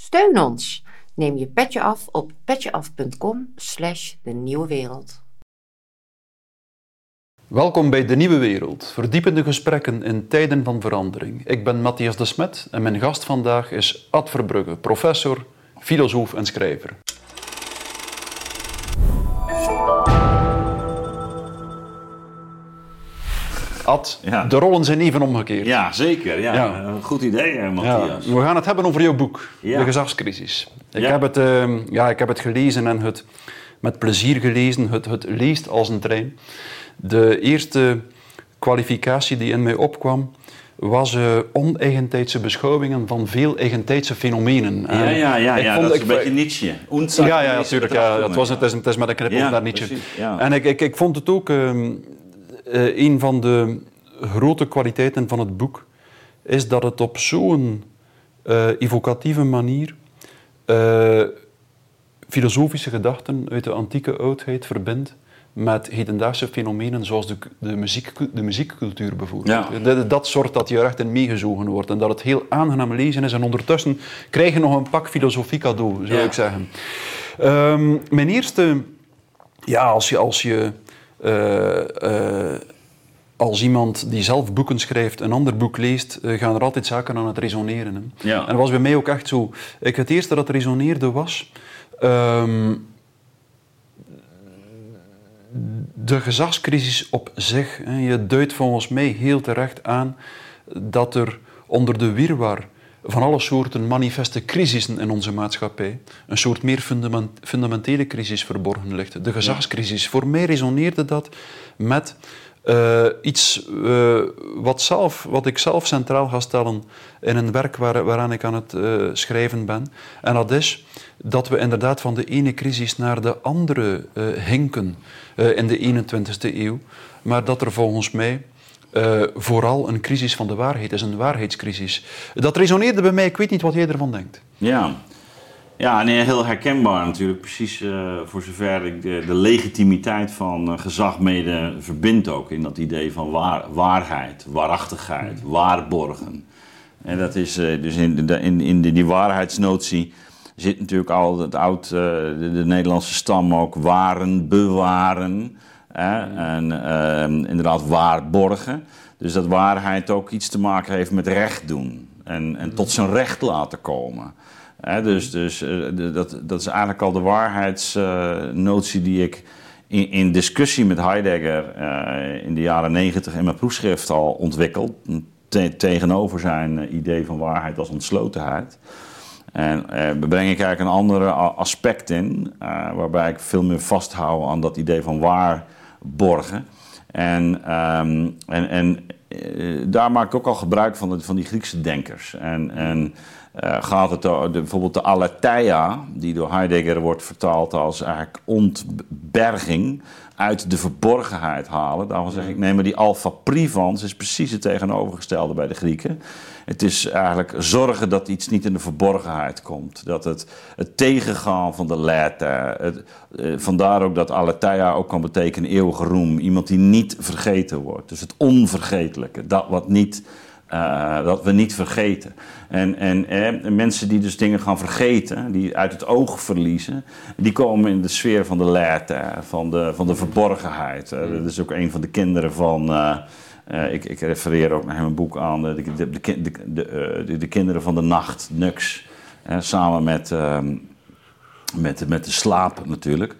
Steun ons. Neem je petje af op petjeaf.com/de nieuwe wereld. Welkom bij De Nieuwe Wereld, verdiepende gesprekken in tijden van verandering. Ik ben Matthias de Smet en mijn gast vandaag is Ad Verbrugge, professor, filosoof en schrijver. Ad, Ja. de rollen zijn even omgekeerd. Ja, zeker. Ja. Ja. Een goed idee, Matthias. Ja, we gaan het hebben over jouw boek, Ja. De gezagscrisis. Ik Ja. heb het gelezen en het met plezier gelezen. Het leest als een trein. De eerste kwalificatie die in mij opkwam was oneigentijdse beschouwingen van veel eigentijdse fenomenen. Ja, dat is een beetje Nietzsche. Ja, natuurlijk. Ja, het is met een knip naar Nietzsche. Precies, ja. En ik vond het ook een van de grote kwaliteiten van het boek is dat het op zo'n evocatieve manier filosofische gedachten uit de antieke oudheid verbindt met hedendaagse fenomenen zoals de muziekcultuur bijvoorbeeld. Ja. Dat soort dat je er echt in meegezogen wordt en dat het heel aangenaam lezen is en ondertussen krijg je nog een pak filosofie cadeau, zou ik zeggen. Mijn eerste... Ja, als iemand die zelf boeken schrijft een ander boek leest, gaan er altijd zaken aan het resoneren. Hè. Ja. En dat was bij mij ook echt zo. Het eerste dat resoneerde was de gezagscrisis op zich. Hè. Je duidt volgens mij heel terecht aan dat er onder de wirwar van alle soorten manifeste crisissen in onze maatschappij een soort meer fundamentele crisis verborgen ligt. De gezagscrisis. Voor mij resoneerde dat met iets wat ik zelf centraal ga stellen in een werk waaraan ik aan het schrijven ben. En dat is dat we inderdaad van de ene crisis naar de andere hinken in de 21e eeuw. Maar dat er volgens mij vooral een crisis van de waarheid is, een waarheidscrisis. Dat resoneerde bij mij, ik weet niet wat jij ervan denkt. Ja, nee, heel herkenbaar natuurlijk. Precies voor zover ik de legitimiteit van gezag mede verbind ook in dat idee van waarheid, waarachtigheid, waarborgen. En dat is dus in die waarheidsnotie zit natuurlijk al de Nederlandse stam ook waren, bewaren. En inderdaad waarborgen. Dus dat waarheid ook iets te maken heeft met recht doen. En tot zijn recht laten komen. Dat is eigenlijk al de waarheidsnotie die ik in discussie met Heidegger in de jaren 90 in mijn proefschrift al ontwikkeld. Tegenover zijn idee van waarheid als ontslotenheid. En breng ik eigenlijk een ander aspect in, waarbij ik veel meer vasthoud aan dat idee van waarborgen. En daar maak ik ook al gebruik van die Griekse denkers. En gaat het bijvoorbeeld de aletheia, die door Heidegger wordt vertaald als eigenlijk ontberging, uit de verborgenheid halen. Daarom zeg ik, nee, maar die alpha privans is precies het tegenovergestelde bij de Grieken. Het is eigenlijk zorgen dat iets niet in de verborgenheid komt. Dat het tegengaan van de lete. Vandaar ook dat aletheia ook kan betekenen eeuwige roem. Iemand die niet vergeten wordt. Dus het onvergetelijke. Dat we niet vergeten. En mensen die dus dingen gaan vergeten, die uit het oog verliezen, die komen in de sfeer van de lete, van de verborgenheid. Dat is ook een van de kinderen van... Ik refereer ook naar mijn boek aan de kinderen van de nacht, Nux. Samen met de slaap natuurlijk.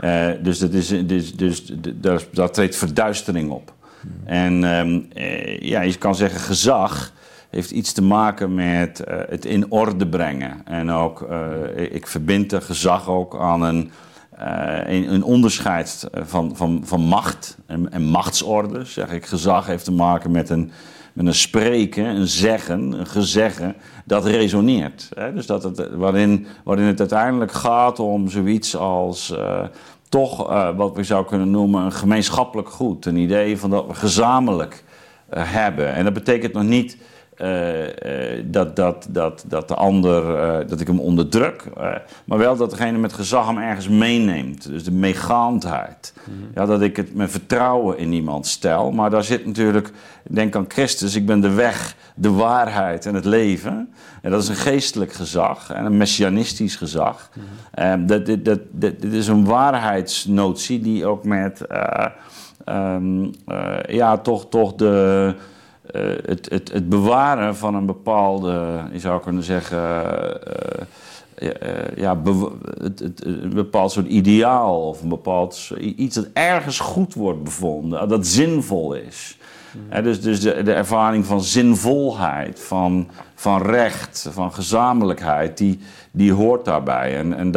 Daar treedt verduistering op. En je kan zeggen, gezag heeft iets te maken met het in orde brengen. En ook, ik verbind er gezag ook aan een onderscheid van macht en machtsorde. Zeg ik, gezag heeft te maken met een spreken, een zeggen, een gezeggen dat resoneert. Hè? Dus waarin het uiteindelijk gaat om zoiets als wat we zou kunnen noemen een gemeenschappelijk goed. Een idee van dat we gezamenlijk hebben. En dat betekent nog niet dat de ander, dat ik hem onderdruk, maar wel dat degene met gezag hem ergens meeneemt. Dus de meegaandheid. Ja, dat ik mijn vertrouwen in iemand stel. Maar daar zit natuurlijk, denk aan Christus, ik ben de weg, de waarheid en het leven. En dat is een geestelijk gezag en een messianistisch gezag. Dit is een waarheidsnotie die ook met toch de... Het bewaren van een bepaalde, je zou kunnen zeggen, een bepaald soort ideaal of een bepaald iets dat ergens goed wordt bevonden, dat zinvol is. Dus de ervaring van zinvolheid, van recht, van gezamenlijkheid, die hoort daarbij.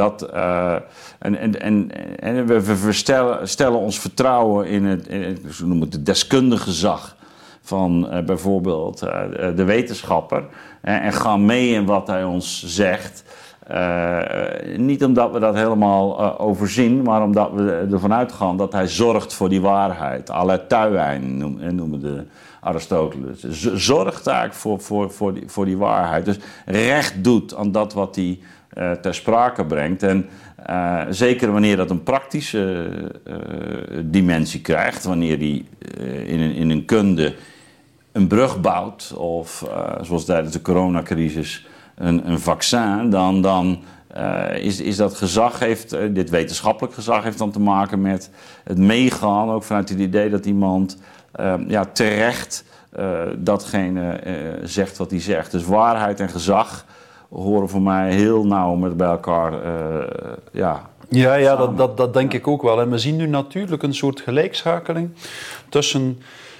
En we stellen ons vertrouwen in het zo noemen het deskundige gezag van bijvoorbeeld de wetenschapper en gaan mee in wat hij ons zegt. Niet omdat we dat helemaal overzien, maar omdat we ervan uitgaan dat hij zorgt voor die waarheid. Aletheiein noemen de Aristoteles. Zorgt eigenlijk voor die waarheid. Dus recht doet aan dat wat hij ter sprake brengt. En zeker wanneer dat een praktische dimensie krijgt, wanneer die in een kunde een brug bouwt, of zoals tijdens de coronacrisis een vaccin, dan is dat gezag, dit wetenschappelijk gezag heeft dan te maken met het meegaan, ook vanuit het idee dat iemand terecht datgene zegt wat hij zegt. Dus waarheid en gezag horen voor mij heel nauw met bij elkaar. Dat denk ik ook wel. En we zien nu natuurlijk een soort gelijkschakeling tussen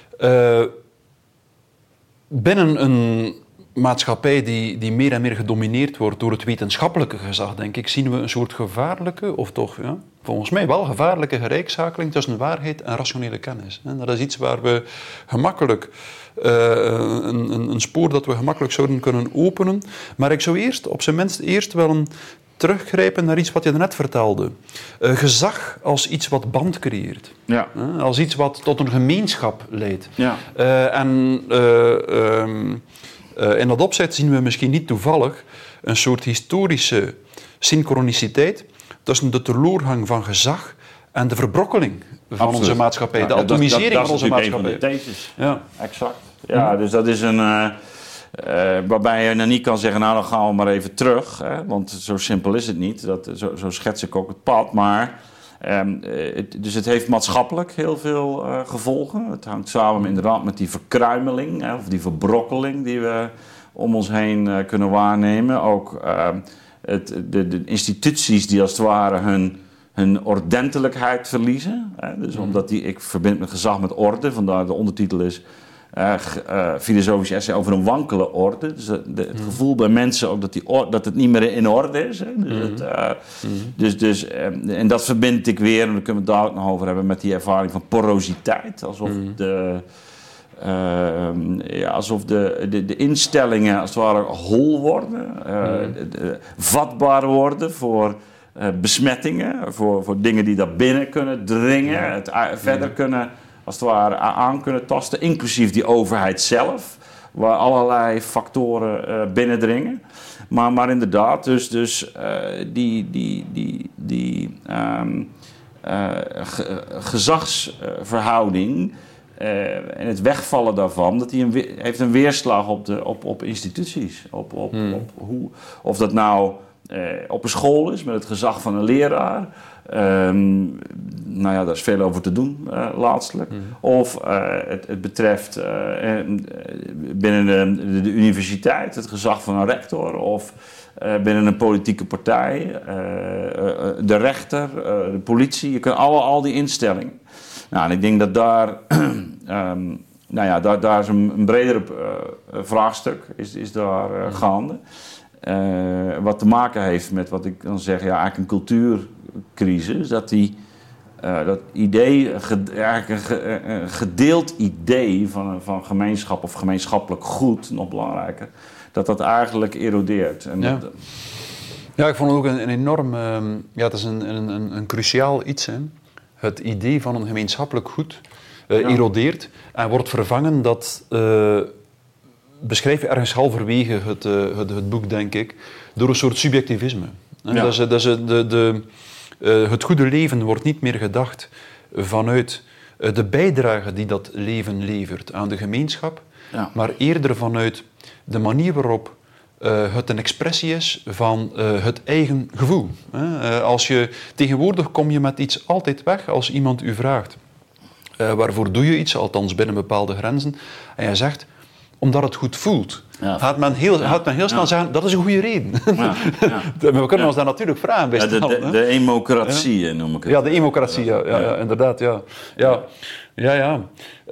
binnen een maatschappij die meer en meer gedomineerd wordt door het wetenschappelijke gezag, denk ik, zien we een soort gevaarlijke, of toch volgens mij wel gevaarlijke gelijkschakeling tussen waarheid en rationele kennis. En dat is iets waar we gemakkelijk, een spoor dat we gemakkelijk zouden kunnen openen. Maar ik zou op zijn minst wel teruggrijpen naar iets wat je net vertelde. Gezag als iets wat band creëert. Ja. Als iets wat tot een gemeenschap leidt. Ja. In dat opzet zien we misschien niet toevallig een soort historische synchroniciteit tussen de teloorgang van gezag en de verbrokkeling van onze maatschappij. Ja, de atomisering van onze maatschappij. Dat is een van de theses. Ja. Exact. Ja, dus dat is een... waarbij je niet kan zeggen, nou dan gaan we maar even terug. Hè? Want zo simpel is het niet. Zo schets ik ook het pad. Maar, dus het heeft maatschappelijk heel veel gevolgen. Het hangt samen inderdaad met die verkruimeling, of die verbrokkeling die we om ons heen kunnen waarnemen. Ook de instituties die als het ware hun ordentelijkheid verliezen. Dus omdat ik verbind mijn gezag met orde, vandaar de ondertitel is filosofisch essay over een wankele orde. Dus het gevoel bij mensen ook dat het niet meer in orde is. Hè? En dat verbind ik weer, en daar kunnen we het dadelijk nog over hebben, met die ervaring van porositeit. Alsof de instellingen als het ware hol worden, vatbaar worden voor besmettingen, voor dingen die daar binnen kunnen dringen, het verder kunnen, als het ware, aan kunnen tasten, inclusief die overheid zelf, waar allerlei factoren binnendringen. Maar inderdaad, dus gezagsverhouding en het wegvallen daarvan, heeft een weerslag op instituties. Of dat nou op een school is, met het gezag van een leraar. Daar is veel over te doen, laatstelijk. Of het betreft binnen de universiteit, het gezag van een rector. Of binnen een politieke partij, de rechter, de politie. Je kunt al die instellingen. Nou, en ik denk dat daar... daar is een breder vraagstuk is daar gaande. Wat te maken heeft met wat ik dan zeg, eigenlijk een cultuurcrisis. Dat idee, eigenlijk een gedeeld idee van gemeenschap of gemeenschappelijk goed, nog belangrijker, dat eigenlijk erodeert. En ik vond het ook een enorm... het is een cruciaal iets, hè. Het idee van een gemeenschappelijk goed erodeert en wordt vervangen dat beschrijf je ergens halverwege het boek, denk ik, door een soort subjectivisme. Ja. Het goede leven wordt niet meer gedacht vanuit de bijdrage die dat leven levert aan de gemeenschap, maar eerder vanuit de manier waarop het een expressie is van het eigen gevoel. Tegenwoordig kom je met iets altijd weg als iemand u vraagt. Waarvoor doe je iets, althans binnen bepaalde grenzen, en je zegt, omdat het goed voelt. Ja. Gaat men heel snel zeggen, dat is een goede reden. Ja. We kunnen ons daar natuurlijk vragen bij stellen. De emocratie noem ik het. Ja, de emocratie, ja, inderdaad. Ja.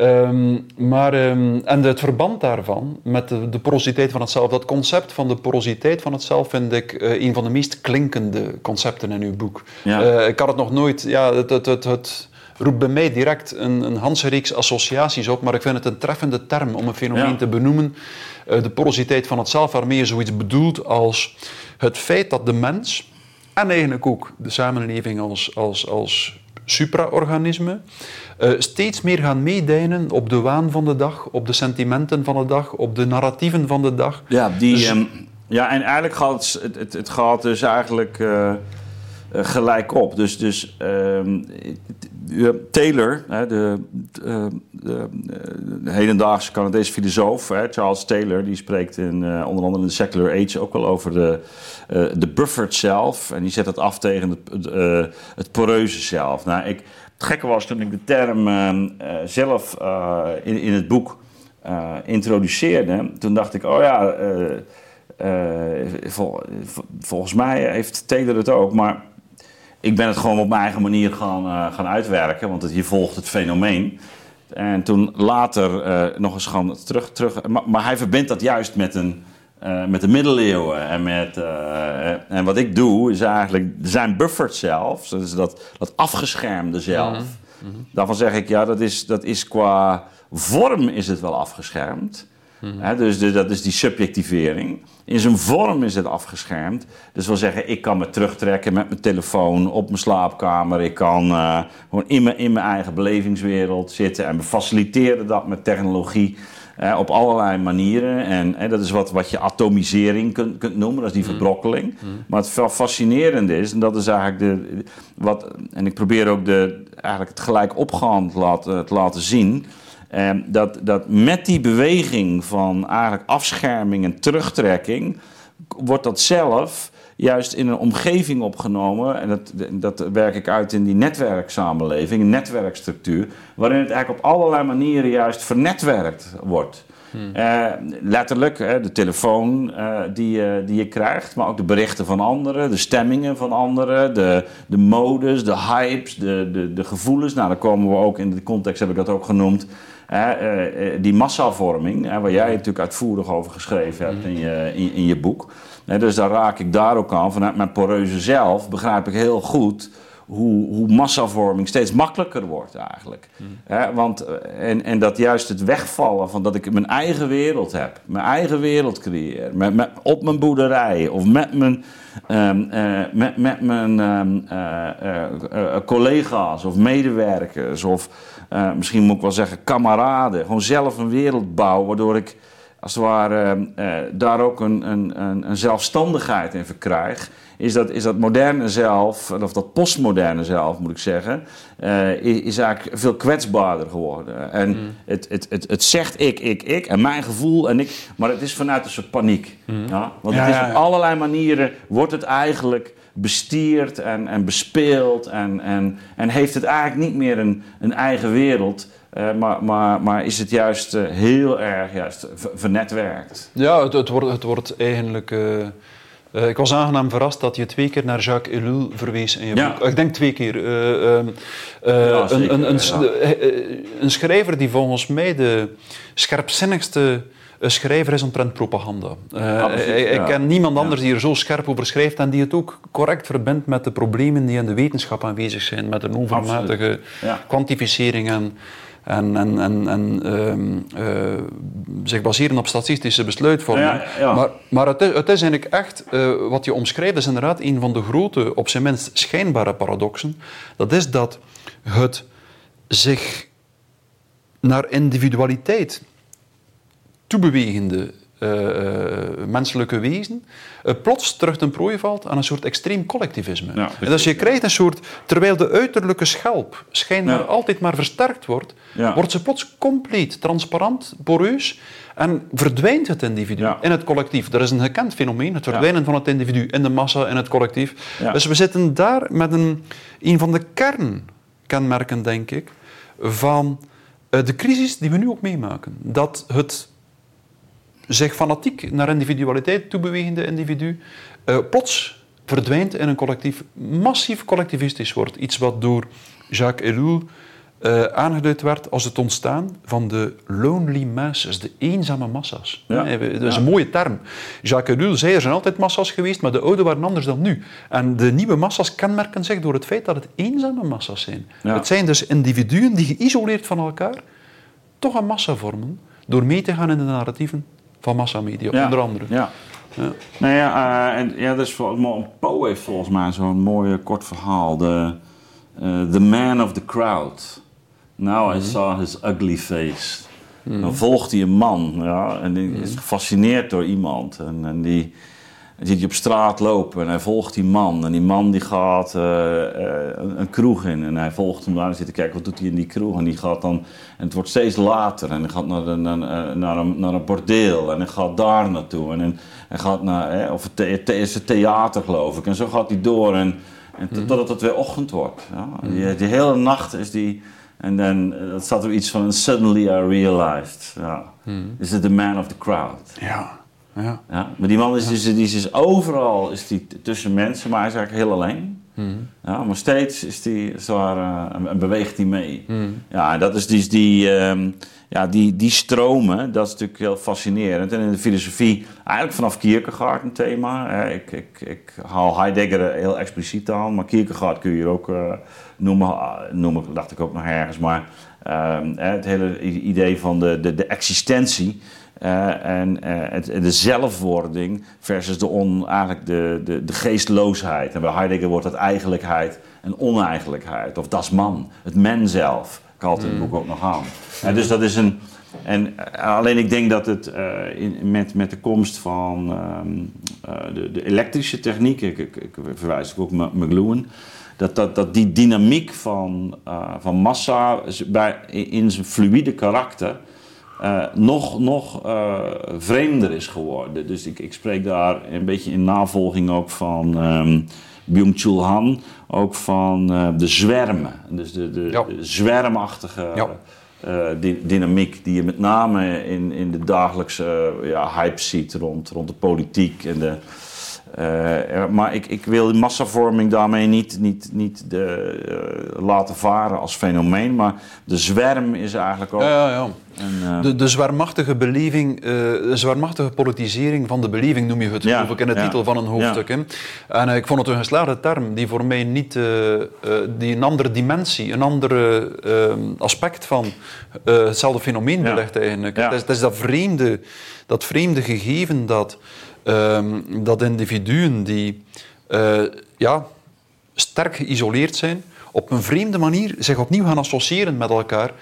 En het verband daarvan met de porositeit van het zelf, dat concept van de porositeit van het zelf vind ik een van de meest klinkende concepten in uw boek. Ja. Ik had het nog nooit... Het roept bij mij direct een handreeks associaties op, maar ik vind het een treffende term om een fenomeen te benoemen. De porositeit van het zelf, waarmee je zoiets bedoelt als het feit dat de mens, en eigenlijk ook de samenleving als supraorganisme, steeds meer gaan meedijnen op de waan van de dag, op de sentimenten van de dag, op de narratieven van de dag. Ja, en eigenlijk gaat het gaat dus eigenlijk gelijk op. Dus Taylor, de hedendaagse Canadese filosoof, Charles Taylor, die spreekt onder andere in The Secular Age ook wel over de buffered self. En die zet het af tegen het poreuze zelf. Nou, het gekke was toen ik de term zelf in het boek introduceerde. Toen dacht ik, volgens mij heeft Taylor het ook, maar ik ben het gewoon op mijn eigen manier gaan uitwerken, want hier volgt het fenomeen. En toen later nog eens gaan terug. Maar hij verbindt dat juist met de middeleeuwen. En wat ik doe is eigenlijk zijn buffered self, dus dat afgeschermde zelf. Mm-hmm. Daarvan zeg ik, dat is qua vorm is het wel afgeschermd. Mm-hmm. Dus dat is die subjectivering. In zijn vorm is het afgeschermd. Dus wil zeggen, ik kan me terugtrekken met mijn telefoon op mijn slaapkamer. Ik kan gewoon in mijn eigen belevingswereld zitten. En we faciliteren dat met technologie op allerlei manieren. En dat is wat je atomisering kunt noemen. Dat is die verbrokkeling. Mm-hmm. Maar het fascinerende is, en dat is eigenlijk en ik probeer ook eigenlijk het gelijk opgaand te laten zien. Dat met die beweging van eigenlijk afscherming en terugtrekking wordt dat zelf juist in een omgeving opgenomen. En dat werk ik uit in die netwerksamenleving, een netwerkstructuur, waarin het eigenlijk op allerlei manieren juist vernetwerkt wordt. Letterlijk, de telefoon die je krijgt, maar ook de berichten van anderen, de stemmingen van anderen, de modes, de hypes, de gevoelens. Nou, daar komen we ook in de context, heb ik dat ook genoemd. Die massavorming, waar jij natuurlijk uitvoerig over geschreven hebt in je boek. Dus daar raak ik daar ook aan. Vanuit mijn poreuze zelf begrijp ik heel goed hoe massavorming steeds makkelijker wordt eigenlijk. En dat juist het wegvallen van dat ik mijn eigen wereld heb, mijn eigen wereld creëer, op mijn boerderij of met mijn collega's of medewerkers of misschien moet ik wel zeggen kameraden, gewoon zelf een wereld bouwen waardoor ik als het ware daar ook een zelfstandigheid in verkrijg. Is dat moderne zelf, of dat postmoderne zelf moet ik zeggen, is eigenlijk veel kwetsbaarder geworden. En het zegt ik en mijn gevoel en ik, maar het is vanuit een soort paniek. Ja? Want het is op allerlei manieren wordt het eigenlijk bestierd en bespeeld en heeft het eigenlijk niet meer een eigen wereld. Maar is het juist heel erg vernetwerkt? Ja, het wordt eigenlijk... ik was aangenaam verrast dat je 2 keer naar Jacques Ellul verwees in je boek. Ik denk 2 keer. Een schrijver die volgens mij de scherpzinnigste schrijver is omtrent propaganda. Ik ken niemand anders die er zo scherp over schrijft en die het ook correct verbindt met de problemen die in de wetenschap aanwezig zijn, met een overmatige kwantificering en zich baseren op statistische besluitvorming. Maar het is eigenlijk echt, wat je omschrijft, is inderdaad een van de grote, op zijn minst schijnbare paradoxen. Dat is dat het zich naar individualiteit toebewegende menselijke wezen plots terug ten prooi valt aan een soort extreem collectivisme. Ja, en dus je krijgt een soort, terwijl de uiterlijke schelp schijnbaar Ja. altijd maar versterkt wordt, Ja. wordt ze plots compleet transparant, poreus en verdwijnt het individu Ja. in het collectief. Dat is een gekend fenomeen, het verdwijnen van het individu in de massa, in het collectief. Ja. Dus we zitten daar met een van de kernkenmerken, denk ik, van de crisis die we nu ook meemaken. Dat het zich fanatiek naar individualiteit toebewegende individu plots verdwijnt in een collectief, massief collectivistisch wordt. Iets wat door Jacques Ellul aangeduid werd als het ontstaan van de lonely masses, de eenzame massa's. Ja. Dat is een mooie term. Jacques Ellul zei, er zijn altijd massa's geweest, maar de oude waren anders dan nu. En de nieuwe massa's kenmerken zich door het feit dat het eenzame massa's zijn. Ja. Het zijn dus individuen die geïsoleerd van elkaar toch een massa vormen, door mee te gaan in de narratieven van massamedia, onder andere. Ja. Ja. Nou ja, dat is Poe heeft volgens mij zo'n mooi kort verhaal. The man of the crowd. Now I saw his ugly face. Dan volgt hij een man, ja, en die is gefascineerd door iemand. En die ziet hij op straat lopen en hij volgt die man. En die man die gaat een kroeg in en hij volgt hem daar en zit te kijken wat doet hij in die kroeg. En die gaat dan, en het wordt steeds later en hij gaat naar een bordeel en hij gaat daar naartoe. En hij gaat naar, of het is het theater geloof ik. En zo gaat hij door en totdat het weer ochtend wordt. Ja. Die hele nacht is die... En dan staat er iets van suddenly I realized. Ja. Is it the man of the crowd? Ja. Ja. Ja, maar die man is overal is die tussen mensen, maar hij is eigenlijk heel alleen. Ja, maar steeds is die en beweegt hij mee. Ja, en dat is dus die stromen, dat is natuurlijk heel fascinerend. En in de filosofie, eigenlijk vanaf Kierkegaard een thema. Ik haal Heidegger heel expliciet aan, maar Kierkegaard kun je hier ook noemen, dacht ik ook nog ergens. Maar het hele idee van de existentie. En de zelfwording versus de geestloosheid. En bij Heidegger wordt dat eigenlijkheid en oneigenlijkheid. Of das man, het men zelf. Ik haal het in het boek ook nog aan. En dus dat is alleen ik denk dat het met de komst van de elektrische techniek, ik verwijs ook McLuhan, dat die dynamiek van massa in zijn fluïde karakter nog vreemder is geworden. Dus ik spreek daar een beetje in navolging ook van Byung-Chul Han, ook van de zwermen. Dus de zwermachtige dynamiek die je met name in de dagelijkse hype ziet rond de politiek en maar ik wil de massavorming daarmee niet laten varen als fenomeen, maar de zwerm is eigenlijk ook... Ja. De zwaarmachtige beleving, de zwaarmachtige politisering van de beleving noem je het, geloof ik, in de titel van een hoofdstuk. Ja. En ik vond het een geslaagde term die voor mij niet die een andere dimensie, een andere aspect van hetzelfde fenomeen belegt eigenlijk. Ja. Het is dat vreemde gegeven dat individuen die sterk geïsoleerd zijn, op een vreemde manier zich opnieuw gaan associëren met elkaar.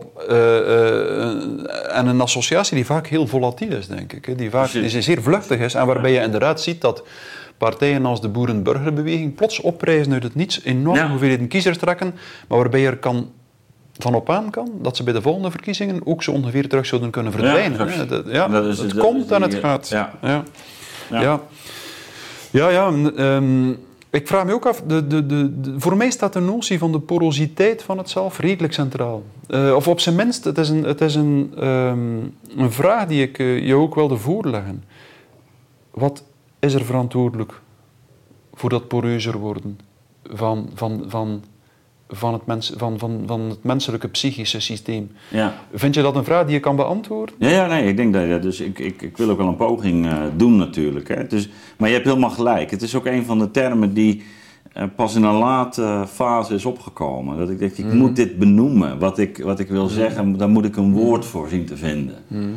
En een associatie die vaak heel volatiel is, denk ik. Die zeer vluchtig is en waarbij je inderdaad ziet dat partijen als de Boeren-Burgerbeweging plots oprijzen uit het niets, enorme hoeveelheden kiezers trekken, maar waarbij je er van op aan kan dat ze bij de volgende verkiezingen ook zo ongeveer terug zouden kunnen verdwijnen. Het komt en het gaat. Ik vraag me ook af, voor mij staat de notie van de porositeit van het zelf redelijk centraal. Of op zijn minst, het is een vraag die ik je ook wilde voorleggen. Wat is er verantwoordelijk voor dat poreuzer worden van het menselijke psychische systeem? Ja. Vind je dat een vraag die je kan beantwoorden? Nee, ik denk dat dus ik wil ook wel een poging doen natuurlijk. Hè. Maar je hebt helemaal gelijk. Het is ook een van de termen die pas in een late fase is opgekomen. Dat ik denk, ik moet dit benoemen. Wat ik wil zeggen, daar moet ik een woord voor zien te vinden.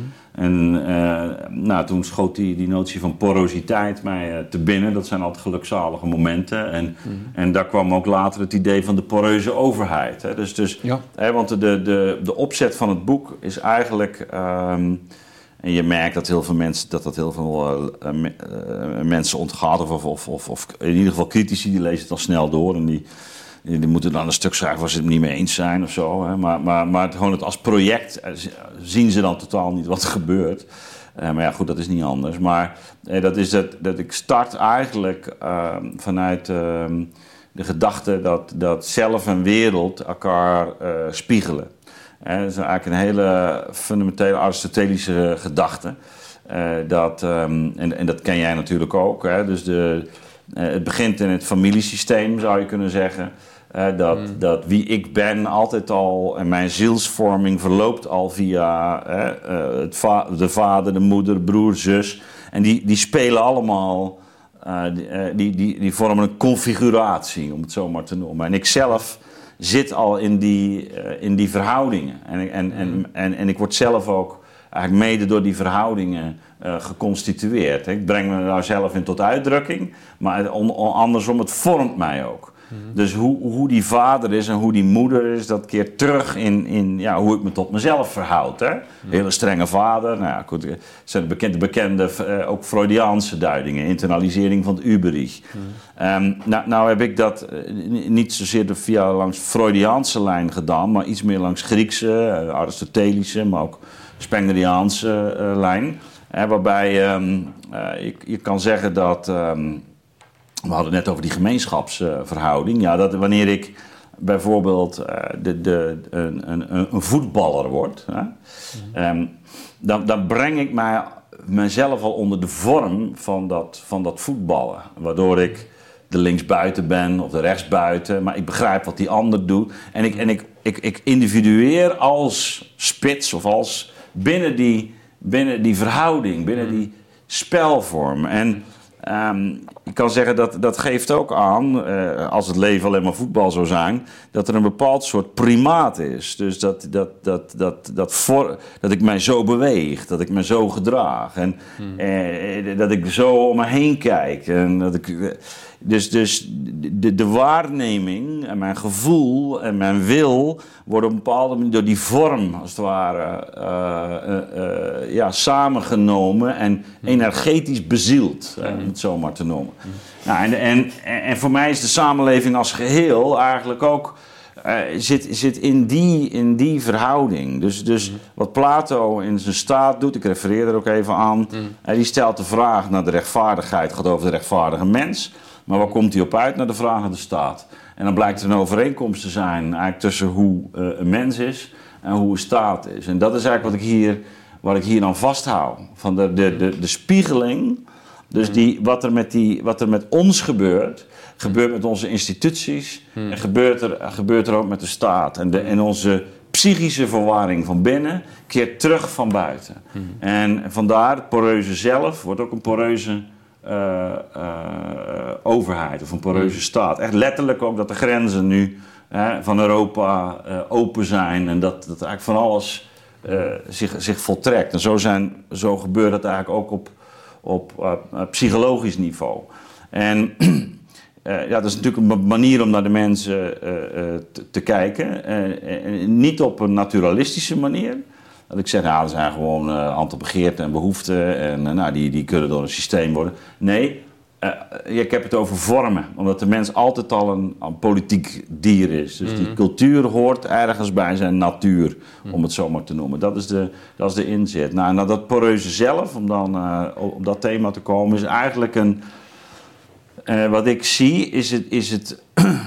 En toen schoot die notie van porositeit mij te binnen. Dat zijn altijd gelukzalige momenten. En daar kwam ook later het idee van de poreuze overheid. Hè. Want de opzet van het boek is eigenlijk En je merkt dat heel veel mensen, dat heel veel mensen ontgaat. Of in ieder geval critici, die lezen het dan snel door. En die moeten dan een stuk schrijven waar ze het niet mee eens zijn of zo. Hè. Maar gewoon het als project zien ze dan totaal niet wat er gebeurt. Maar ja, goed, dat is niet anders. Maar dat is dat ik start eigenlijk vanuit de gedachte dat zelf en wereld elkaar spiegelen. Dat is eigenlijk een hele fundamentele aristotelische gedachte. En dat ken jij natuurlijk ook. Hè? Dus het begint in het familiesysteem, zou je kunnen zeggen. Dat wie ik ben altijd al, en mijn zielsvorming verloopt al via de vader, de moeder, broer, zus. En die spelen allemaal, die vormen een configuratie, om het zo maar te noemen. En ik zelf zit al in die verhoudingen. En ik word zelf ook eigenlijk mede door die verhoudingen geconstitueerd. Ik breng me daar zelf in tot uitdrukking, maar andersom, het vormt mij ook. Dus hoe die vader is en hoe die moeder is, dat keert terug in hoe ik me tot mezelf verhoud. Hè? Hele strenge vader. Nou ja, goed, het zijn de bekende ook Freudiaanse duidingen. Internalisering van het Uberich. Nou heb ik dat niet zozeer langs Freudiaanse lijn gedaan, maar iets meer langs Griekse, Aristotelische, maar ook Spengeriaanse lijn. Waarbij je kan zeggen dat... we hadden het net over die gemeenschapsverhouding. Ja, dat wanneer ik bijvoorbeeld een voetballer word, dan breng ik mezelf al onder de vorm van dat voetballen. Waardoor ik de linksbuiten ben of de rechtsbuiten, maar ik begrijp wat die ander doet. En ik individueer als spits of als binnen die verhouding, binnen die spelvorm. En je kan zeggen dat geeft ook aan, als het leven alleen maar voetbal zou zijn, dat er een bepaald soort primaat is. Dus dat ik mij zo beweeg, dat ik me zo gedraag en dat ik zo om me heen kijk. En dat ik, dus de waarneming en mijn gevoel en mijn wil worden op een bepaalde manier door die vorm, als het ware, samengenomen en energetisch bezield, om het zo maar te noemen. Nou, en voor mij is de samenleving als geheel eigenlijk ook zit in die verhouding. Dus wat Plato in zijn staat doet, ik refereer er ook even aan, die stelt de vraag naar de rechtvaardigheid, gaat over de rechtvaardige mens. Maar waar komt hij op uit? Naar de vraag naar de staat. En dan blijkt er een overeenkomst te zijn eigenlijk tussen hoe een mens is en hoe een staat is. En dat is eigenlijk wat ik hier dan vasthoud. Van de spiegeling. Dus wat er met ons gebeurt met onze instituties en gebeurt er ook met de staat. En onze psychische verwarring van binnen keert terug van buiten. En vandaar, het poreuze zelf wordt ook een poreuze overheid of een poreuze staat. Echt letterlijk ook dat de grenzen nu van Europa open zijn en dat eigenlijk van alles zich voltrekt. En zo gebeurt dat eigenlijk ook op psychologisch niveau. En dat is natuurlijk een manier om naar de mensen te kijken. Niet op een naturalistische manier. Dat ik zeg, er zijn gewoon aantal begeerten en behoeften en die kunnen door een systeem worden. Nee, ik heb het over vormen. Omdat de mens altijd al een politiek dier is. Dus die cultuur hoort ergens bij zijn natuur, om het zo maar te noemen. Dat is de inzet. Nou, en dat poreuze zelf, om dan op dat thema te komen, is eigenlijk wat ik zie, is het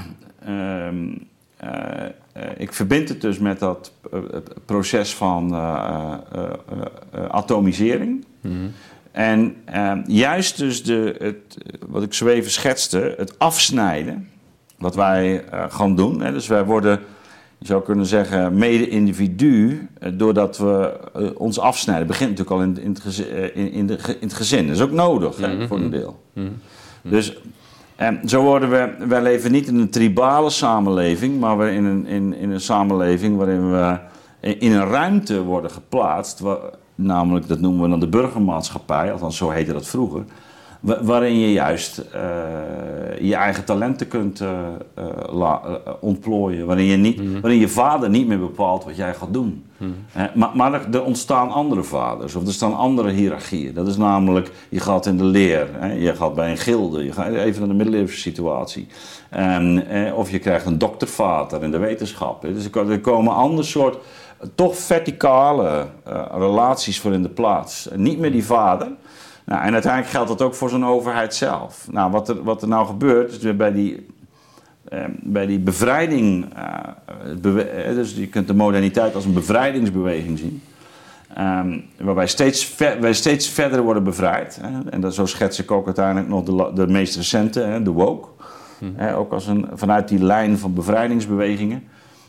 ik verbind het dus met dat proces van atomisering. En juist dus wat ik zo even schetste, het afsnijden, wat wij gaan doen. Hè, dus wij worden, je zou kunnen zeggen, mede-individu, doordat we ons afsnijden. Het begint natuurlijk al in het gezin. Dat is ook nodig, voor een deel. Dus zo worden wij leven niet in een tribale samenleving, maar we in een samenleving waarin we in een ruimte worden geplaatst, namelijk, dat noemen we dan de burgermaatschappij, althans zo heette dat vroeger, waarin je juist je eigen talenten kunt ontplooien. Waarin je vader niet meer bepaalt wat jij gaat doen. Maar er ontstaan andere vaders of er staan andere hiërarchieën. Dat is namelijk, je gaat in de leer, je gaat bij een gilde, je gaat even naar de middeleeuwse situatie. Of je krijgt een doktervader in de wetenschap. Dus er komen ander soort, toch verticale relaties voor in de plaats. Niet meer die vader. Nou, en uiteindelijk geldt dat ook voor zo'n overheid zelf. Nou, wat er nou gebeurt, is weer bij die bevrijding, dus je kunt de moderniteit als een bevrijdingsbeweging zien, waarbij steeds verder worden bevrijd. En zo schets ik ook uiteindelijk nog de meest recente, de woke. Ook als vanuit die lijn van bevrijdingsbewegingen.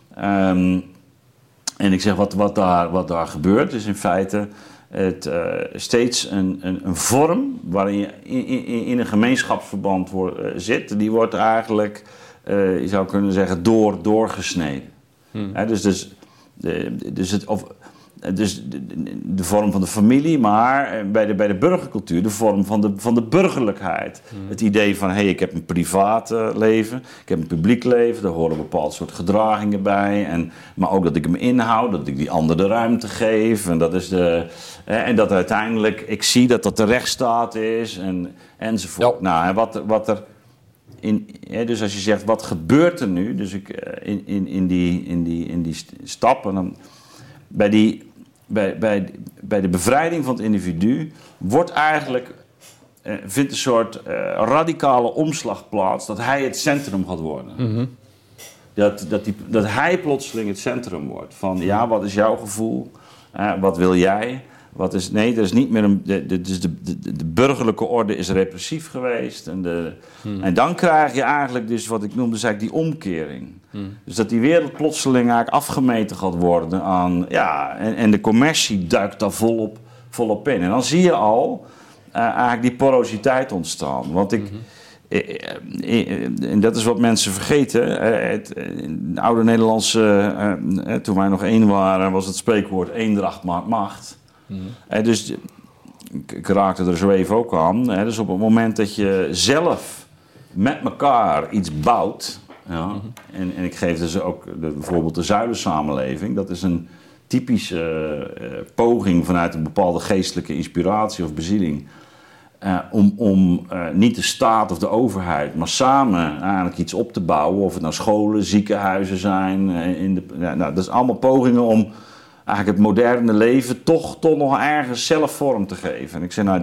En ik zeg, wat daar gebeurt, is in feite steeds een vorm waarin je in een gemeenschapsverband zit. Die wordt eigenlijk, je zou kunnen zeggen, doorgesneden. Dus de vorm van de familie, maar bij de burgercultuur de vorm van de burgerlijkheid. Het idee van, ik heb een privaat leven, ik heb een publiek leven, daar horen een bepaald soort gedragingen bij. Maar ook dat ik me inhoud, dat ik die ander de ruimte geef. En dat uiteindelijk, ik zie dat de rechtsstaat is enzovoort. Ja. Nou, en wat er... dus als je zegt, wat gebeurt er nu? Dus in die stappen... Dan, bij de bevrijding van het individu wordt eigenlijk... vindt een soort radicale omslag plaats dat hij het centrum gaat worden. Mm-hmm. Dat hij plotseling het centrum wordt. Van, wat is jouw gevoel? Wat wil jij? Er is niet meer de burgerlijke orde is repressief geweest. En dan krijg je eigenlijk dus wat ik noemde, die omkering. Dus dat die wereld plotseling eigenlijk afgemeten gaat worden aan... en de commercie duikt daar volop in. En dan zie je al eigenlijk die porositeit ontstaan. Want en dat is wat mensen vergeten. De oude Nederlandse... toen wij nog één waren, was het spreekwoord eendracht maakt macht. Dus ik raakte er zo even ook aan. Dus op het moment dat je zelf met elkaar iets bouwt... en ik geef dus ook bijvoorbeeld de zuilensamenleving... dat is een typische poging vanuit een bepaalde geestelijke inspiratie of bezieling... om niet de staat of de overheid, maar samen eigenlijk iets op te bouwen... of het nou scholen, ziekenhuizen zijn... dat is allemaal pogingen om... eigenlijk het moderne leven toch nog ergens zelf vorm te geven. En ik zeg,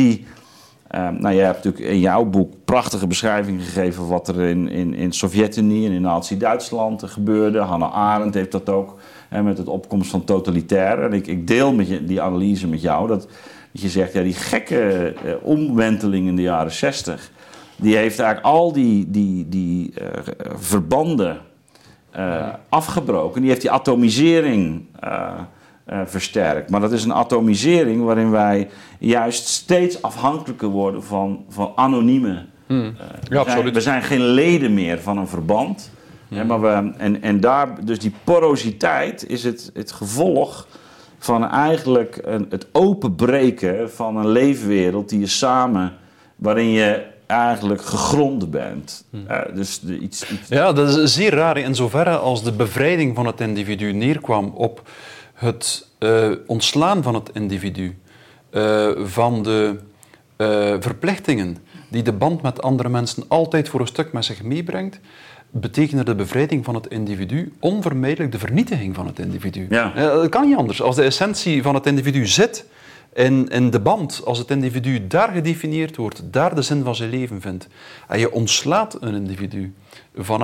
jij hebt natuurlijk in jouw boek prachtige beschrijvingen gegeven... van wat er in Sovjet-Unie en in Nazi-Duitsland gebeurde. Hannah Arendt heeft dat ook, met het opkomst van totalitaire. En ik deel die analyse met jou, dat je zegt... die gekke omwenteling in de jaren 60... die heeft eigenlijk al die verbanden... afgebroken. Die heeft die atomisering versterkt. Maar dat is een atomisering waarin wij juist steeds afhankelijker worden van anonieme... we zijn geen leden meer van een verband. Maar dus die porositeit is het gevolg van eigenlijk het openbreken van een leefwereld die je samen... waarin je eigenlijk gegronde bent. Ja, dat is zeer raar. In zoverre als de bevrijding van het individu neerkwam op het ontslaan van het individu, van de verplichtingen die de band met andere mensen altijd voor een stuk met zich meebrengt, betekende de bevrijding van het individu onvermijdelijk de vernietiging van het individu. Ja. Dat kan niet anders. Als de essentie van het individu zit in de band, als het individu daar gedefinieerd wordt, daar de zin van zijn leven vindt, en je ontslaat een individu van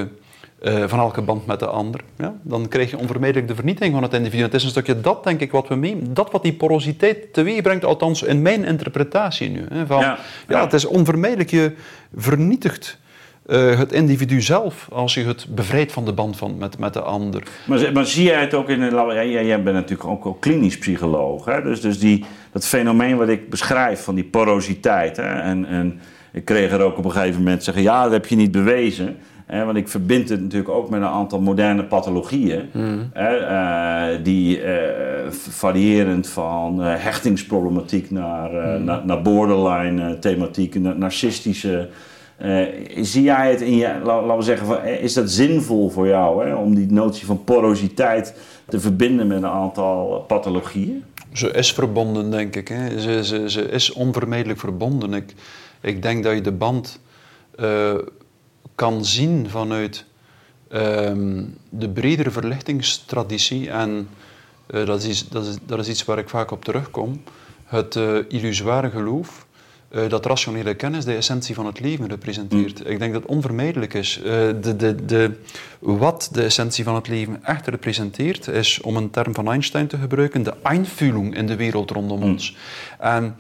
elke band met de ander, dan krijg je onvermijdelijk de vernietiging van het individu. Het is een stukje dat, denk ik, wat die porositeit teweeg brengt, althans in mijn interpretatie nu. Het is onvermijdelijk, je vernietigt het individu zelf, als je het bevrijdt van de band met de ander. Maar zie jij het ook jij bent natuurlijk ook klinisch psycholoog, hè? Dus dat fenomeen wat ik beschrijf van die porositeit, hè? En ik kreeg er ook op een gegeven moment zeggen, dat heb je niet bewezen. Want ik verbind het natuurlijk ook met een aantal moderne pathologieën. Die variërend van hechtingsproblematiek naar borderline thematiek, narcistische. Zie jij het in je, laten we zeggen, is dat zinvol voor jou om die notie van porositeit te verbinden met een aantal pathologieën? Ze is verbonden, denk ik. Hè. Ze is onvermijdelijk verbonden. Ik denk dat je de band kan zien vanuit de bredere verlichtingstraditie. En dat is iets waar ik vaak op terugkom. Het illusoire geloof dat rationele kennis de essentie van het leven representeert. Ik denk dat het onvermijdelijk is. Wat de essentie van het leven echt representeert, is, om een term van Einstein te gebruiken, de Einfühlung in de wereld rondom ons. En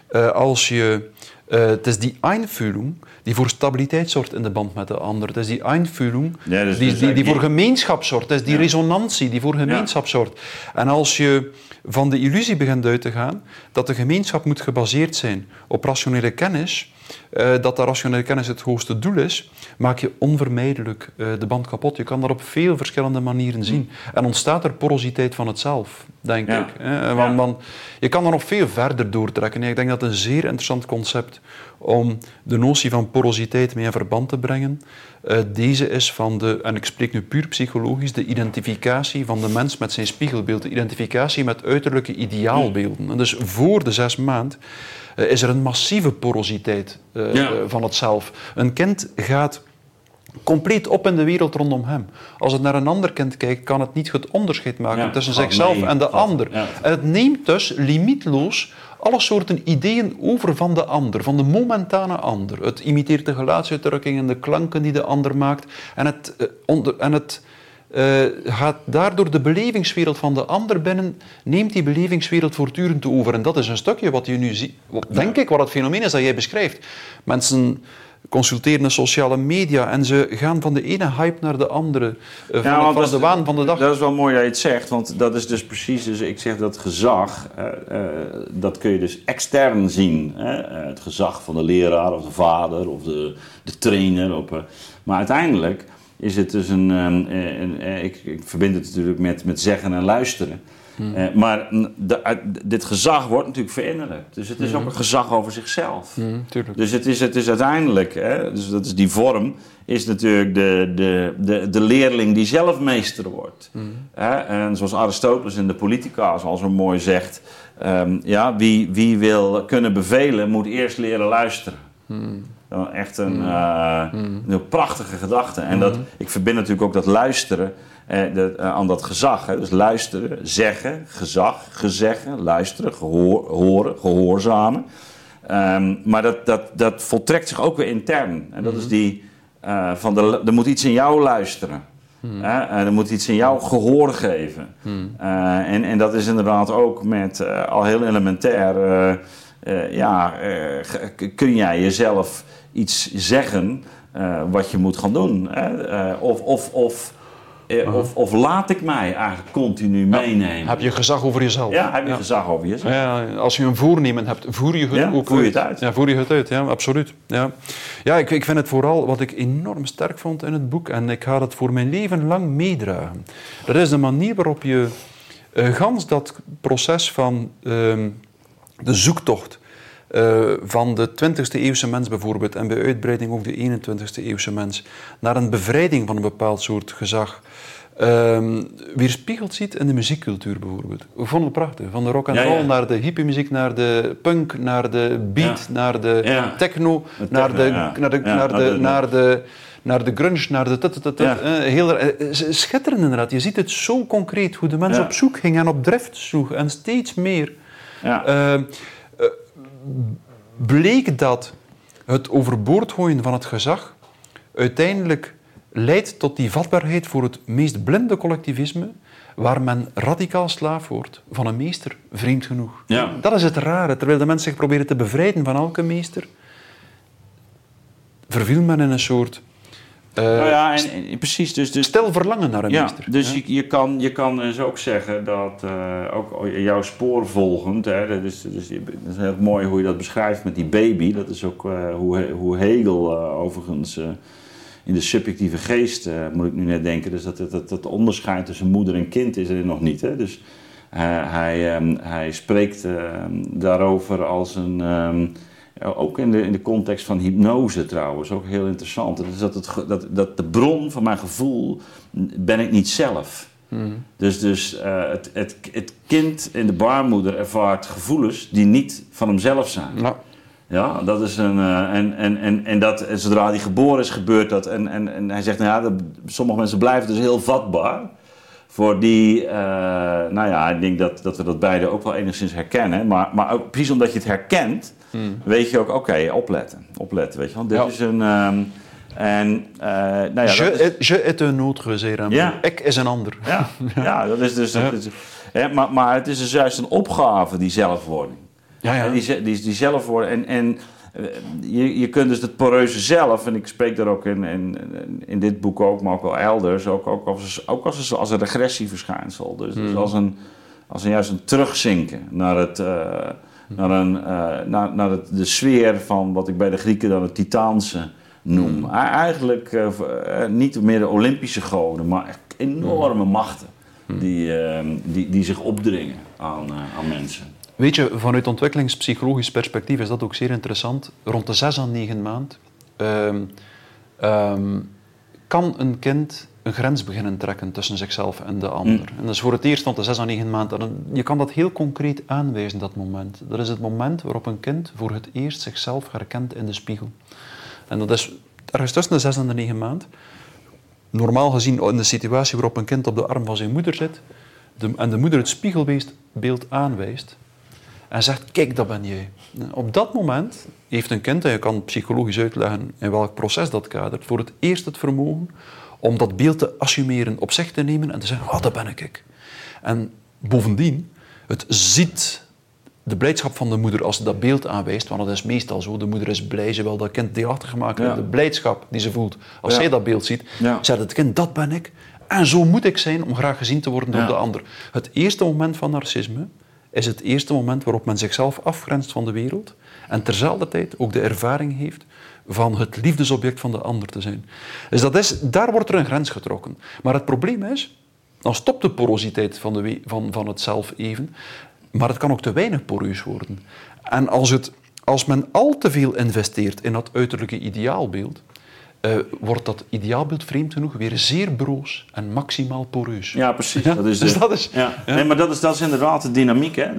het is die Einfühlung die voor stabiliteit zorgt in de band met de ander. Het is die Einfühlung die voor gemeenschap zorgt. Het is die resonantie die voor gemeenschap zorgt. En als je van de illusie begint uit te gaan dat de gemeenschap moet gebaseerd zijn op rationele kennis, dat de rationele kennis het hoogste doel is, maak je onvermijdelijk de band kapot. Je kan dat op veel verschillende manieren zien. En ontstaat er porositeit van het zelf, denk ik. Want je kan er nog veel verder doortrekken. Ik denk dat het een zeer interessant concept om de notie van porositeit mee in verband te brengen. Deze is en ik spreek nu puur psychologisch, de identificatie van de mens met zijn spiegelbeeld, de identificatie met uiterlijke ideaalbeelden. En dus voor de 6 maanden is er een massieve porositeit van het zelf. Een kind gaat compleet op in de wereld rondom hem. Als het naar een ander kind kijkt, kan het niet het onderscheid maken tussen zichzelf en de ander. Ja. En het neemt dus limietloos alle soorten ideeën over van de ander, van de momentane ander. Het imiteert de gelaatsuitdrukkingen, de klanken die de ander maakt. En het gaat daardoor de belevingswereld van de ander binnen, neemt die belevingswereld voortdurend over. En dat is een stukje wat je nu ziet, denk ik, wat het fenomeen is dat jij beschrijft. Mensen consulteren de sociale media en ze gaan van de ene hype naar de andere, van de waan van de dag. Dat is wel mooi dat je het zegt, want dat is dus precies, dus ik zeg dat gezag, dat kun je dus extern zien. Het gezag van de leraar of de vader of de trainer. Maar uiteindelijk is het dus ik verbind het natuurlijk met zeggen en luisteren. Maar dit gezag wordt natuurlijk verinnerlijkt. Dus het is ook een gezag over zichzelf. Dus het is uiteindelijk, dus dat is die vorm, is natuurlijk de leerling die zelf meester wordt. En zoals Aristoteles in de Politica al zo mooi zegt, wie wil kunnen bevelen, moet eerst leren luisteren. Echt een prachtige gedachte. En ik verbind natuurlijk ook dat luisteren aan dat gezag. Dus luisteren, zeggen, gezag, gezeggen, luisteren, horen, gehoorzamen. Maar dat voltrekt zich ook weer intern. En dat is die er moet iets in jou luisteren. Er moet iets in jou gehoor geven. En dat is inderdaad ook met al heel elementair. Kun jij jezelf iets zeggen wat je moet gaan doen? Of laat ik mij eigenlijk continu meenemen? Heb je gezag over jezelf? Ja, heb je gezag over jezelf. Ja, als je een voornemen hebt, voer je het ook voer je het uit. Ja, voer je het uit, ja, absoluut. Ja, ik vind het vooral wat ik enorm sterk vond in het boek, en ik ga het voor mijn leven lang meedragen. Dat is de manier waarop je gans dat proces van de zoektocht van de 20e eeuwse mens bijvoorbeeld, en bij uitbreiding ook de 21e eeuwse mens, naar een bevrijding van een bepaald soort gezag, weerspiegeld ziet in de muziekcultuur bijvoorbeeld. Ik vond het prachtig. Van de rock and roll naar de hippiemuziek, naar de punk, naar de beat, naar de techno, naar de grunge, naar de heel schitterend inderdaad. Je ziet het zo concreet, hoe de mens op zoek ging en op drift sloeg en steeds meer. Bleek dat het overboord gooien van het gezag uiteindelijk leidt tot die vatbaarheid voor het meest blinde collectivisme, waar men radicaal slaaf wordt van een meester, vreemd genoeg. Ja. Dat is het rare. Terwijl de mensen zich proberen te bevrijden van elke meester, verviel men in een soort precies. Dus stil verlangen naar een meester. Dus je kan dus ook zeggen dat ook jouw spoor volgend, dat is heel mooi hoe je dat beschrijft met die baby. Dat is ook hoe Hegel overigens in de subjectieve geest, moet ik nu net denken. Dus dat onderscheid tussen moeder en kind is er nog niet. Hè? Dus hij spreekt daarover als een... ook in de context van hypnose trouwens, ook heel interessant. Dat de bron van mijn gevoel ben ik niet zelf. Dus het kind in de baarmoeder ervaart gevoelens die niet van hemzelf zijn. Ja, dat is en dat zodra hij geboren is gebeurt dat. En hij zegt, sommige mensen blijven dus heel vatbaar voor die, ik denk dat we dat beide ook wel enigszins herkennen. Maar ook precies omdat je het herkent, weet je ook, oké, opletten, weet je wel. Dit is een... Je est un autre, zei Rimbaud. Ja. Ik is een ander. Ja, dat is dus... Maar het is dus juist een opgave, die zelfwording. Ja. Die zelfwording. En je kunt dus het poreuze zelf, en ik spreek daar ook in dit boek ook, maar ook wel elders, ook als een regressieverschijnsel. Dus als juist een terugzinken naar de sfeer van wat ik bij de Grieken dan het Titaanse noem. Eigenlijk niet meer de Olympische goden, maar echt enorme machten die zich opdringen aan mensen. Weet je, vanuit ontwikkelingspsychologisch perspectief is dat ook zeer interessant. Rond de 6 à 9 maand kan een kind een grens beginnen trekken tussen zichzelf en de ander. En dat is voor het eerst rond de 6 à 9 maand. Je kan dat heel concreet aanwijzen, dat moment. Dat is het moment waarop een kind voor het eerst zichzelf herkent in de spiegel. En dat is ergens tussen de 6 en de 9 maand. Normaal gezien in de situatie waarop een kind op de arm van zijn moeder zit en de moeder het spiegelbeeld aanwijst en zegt, kijk, dat ben jij. Op dat moment heeft een kind, en je kan psychologisch uitleggen in welk proces dat kadert, voor het eerst het vermogen om dat beeld te assumeren, op zich te nemen en te zeggen, dat ben ik. En bovendien, het ziet de blijdschap van de moeder als ze dat beeld aanwijst, want dat is meestal zo, de moeder is blij, ze wil dat kind deelachtig maken, de blijdschap die ze voelt als zij dat beeld ziet, zegt het kind, dat ben ik, en zo moet ik zijn om graag gezien te worden door de ander. Het eerste moment van narcisme is het eerste moment waarop men zichzelf afgrenst van de wereld en terzelfde tijd ook de ervaring heeft van het liefdesobject van de ander te zijn. Dus daar wordt er een grens getrokken. Maar het probleem is, dan stopt de porositeit van het zelf even, maar het kan ook te weinig poreus worden. En als men al te veel investeert in dat uiterlijke ideaalbeeld, wordt dat ideaalbeeld vreemd genoeg weer zeer broos en maximaal poreus. Ja, precies. Ja? Dat is Nee, maar dat is inderdaad de dynamiek. Hè?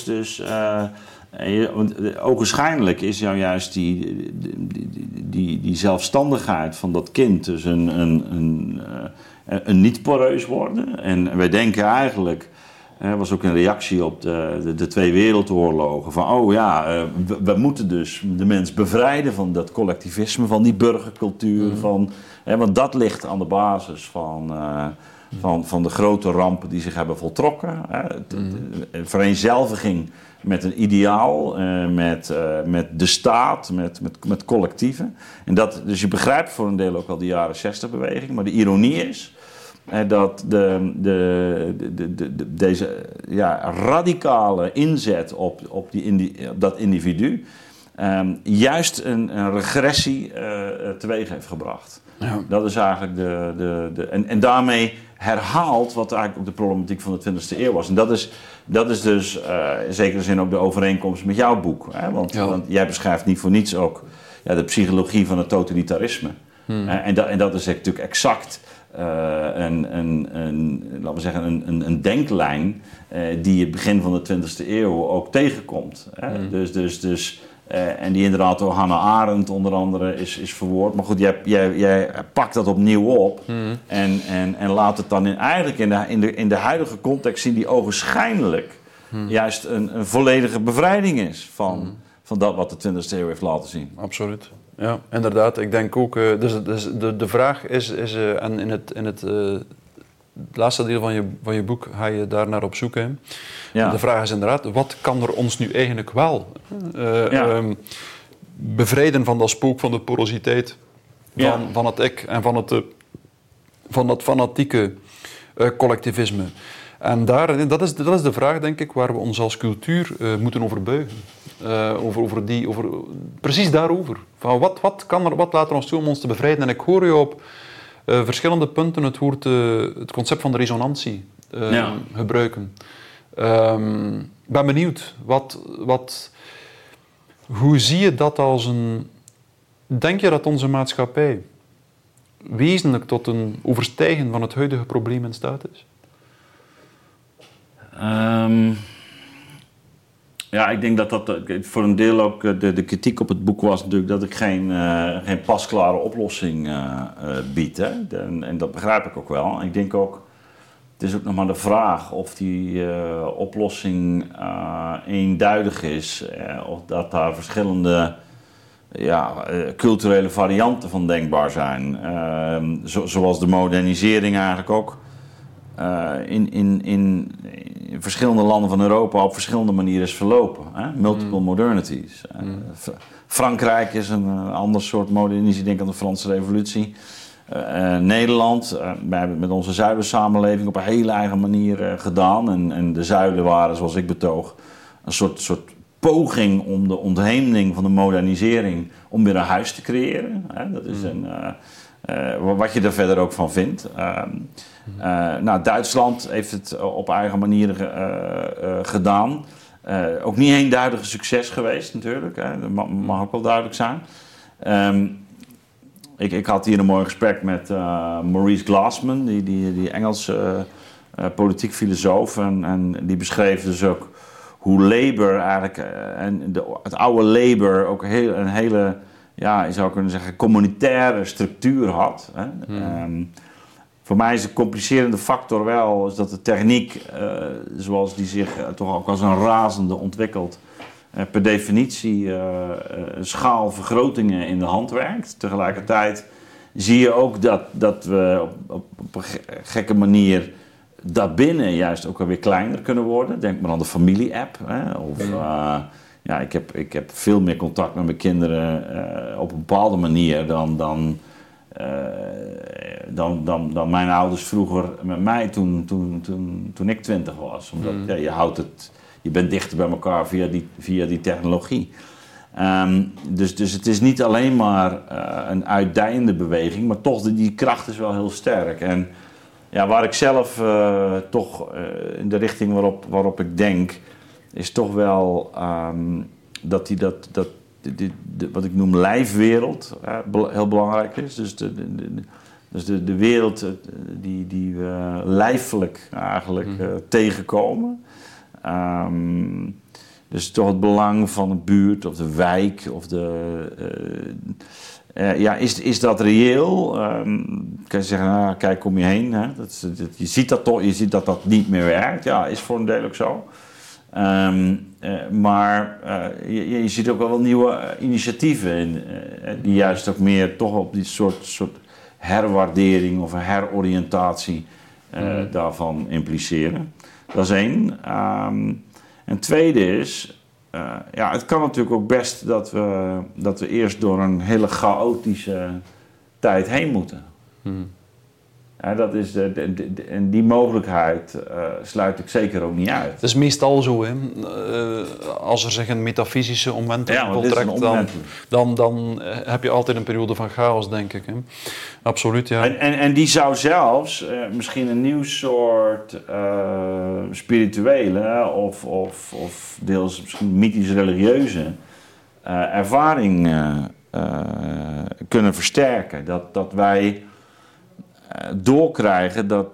Ogenschijnlijk is jou juist die zelfstandigheid van dat kind dus een niet poreus worden. En wij denken eigenlijk, was ook een reactie op de twee wereldoorlogen, van we moeten dus de mens bevrijden van dat collectivisme, van die burgercultuur, want dat ligt aan de basis van de grote rampen die zich hebben voltrokken. Vereenzelviging met een ideaal, met de staat, met collectieven. En dus je begrijpt voor een deel ook wel de jaren 60-beweging, maar de ironie is dat deze radicale inzet op dat individu juist een regressie teweeg heeft gebracht. Ja. Dat is eigenlijk en daarmee herhaalt wat eigenlijk ook de problematiek van de 20e eeuw was. En dat is dus in zekere zin ook de overeenkomst met jouw boek. Hè? Want jij beschrijft niet voor niets ook de psychologie van het totalitarisme. En dat is natuurlijk exact laten we zeggen, een denklijn die het begin van de 20e eeuw ook tegenkomt. Hè? En die inderdaad door Hannah Arendt onder andere is verwoord. Maar goed, jij pakt dat opnieuw op en laat het dan eigenlijk in de huidige context zien die ogenschijnlijk juist een volledige bevrijding is van dat wat de 20e eeuw heeft laten zien. Absoluut. Ja, inderdaad. Ik denk ook, de vraag is en in het laatste deel van je boek ga je daar naar op zoek. Hè. Ja. De vraag is inderdaad, wat kan er ons nu eigenlijk wel bevrijden van dat spook van de porositeit van het ik en van dat fanatieke collectivisme. En dat is de vraag, denk ik, waar we ons als cultuur moeten over buigen. Precies daarover. Van wat laat er ons toe om ons te bevrijden? En ik hoor je op verschillende punten het concept van de resonantie gebruiken. Ik ben benieuwd. Hoe zie je dat als een... Denk je dat onze maatschappij wezenlijk tot een overstijgen van het huidige probleem in staat is? Ja, ik denk dat voor een deel ook de kritiek op het boek was natuurlijk dat ik geen pasklare oplossing bied. Hè? En dat begrijp ik ook wel. Ik denk ook, het is ook nog maar de vraag of die oplossing eenduidig is. Of dat daar verschillende culturele varianten van denkbaar zijn. Zoals de modernisering eigenlijk ook in verschillende landen van Europa op verschillende manieren is verlopen. Hè? Multiple modernities. Frankrijk is een ander soort modernisering. Denk aan de Franse Revolutie. Nederland, wij hebben het met onze zuidensamenleving op een hele eigen manier gedaan. En de zuiden waren, zoals ik betoog, een soort poging om de ontheemding van de modernisering om weer een huis te creëren. Dat is wat je er verder ook van vindt. Duitsland heeft het op eigen manier gedaan. Ook niet eenduidig succes geweest natuurlijk. Dat mag ook wel duidelijk zijn. Ik had hier een mooi gesprek met Maurice Glasman, die Engelse politiek filosoof. En die beschreef dus ook hoe Labour eigenlijk, het oude Labour ook een hele, je zou kunnen zeggen, communitaire structuur had. Hè. Voor mij is de complicerende factor wel is dat de techniek, zoals die zich toch ook als een razende ontwikkelt, per definitie schaalvergrotingen in de hand werkt. Tegelijkertijd zie je ook dat we op een gekke manier daarbinnen juist ook alweer kleiner kunnen worden. Denk maar aan de familie-app. Ik heb veel meer contact met mijn kinderen op een bepaalde manier dan mijn ouders vroeger met mij toen ik 20 was. Omdat je bent dichter bij elkaar via die technologie. Dus het is niet alleen maar een uitdijende beweging, maar toch die kracht is wel heel sterk. En waar ik zelf toch in de richting waarop ik denk, is toch wel dat wat ik noem lijfwereld heel belangrijk is. Dus de wereld die we lijfelijk eigenlijk tegenkomen. Dus toch het belang van de buurt of de wijk of is dat reëel? Kan je zeggen, kijk om je heen. Hè? Je ziet dat toch, je ziet dat niet meer werkt. Ja, is voor een deel ook zo. Maar je ziet ook wel nieuwe initiatieven die juist ook meer toch op die soort herwaardering of een daarvan impliceren. Dat is één. En tweede is, het kan natuurlijk ook best dat we eerst door een hele chaotische tijd heen moeten. Dat is en die mogelijkheid sluit ik zeker ook niet uit. Het is meestal zo, hè. Als er zich een metafysische omwenteling voltrekt, dan heb je altijd een periode van chaos, denk ik. Hè. Absoluut, ja. En die zou zelfs misschien een nieuw soort spirituele of deels misschien mythisch-religieuze ervaring kunnen versterken. Dat wij doorkrijgen dat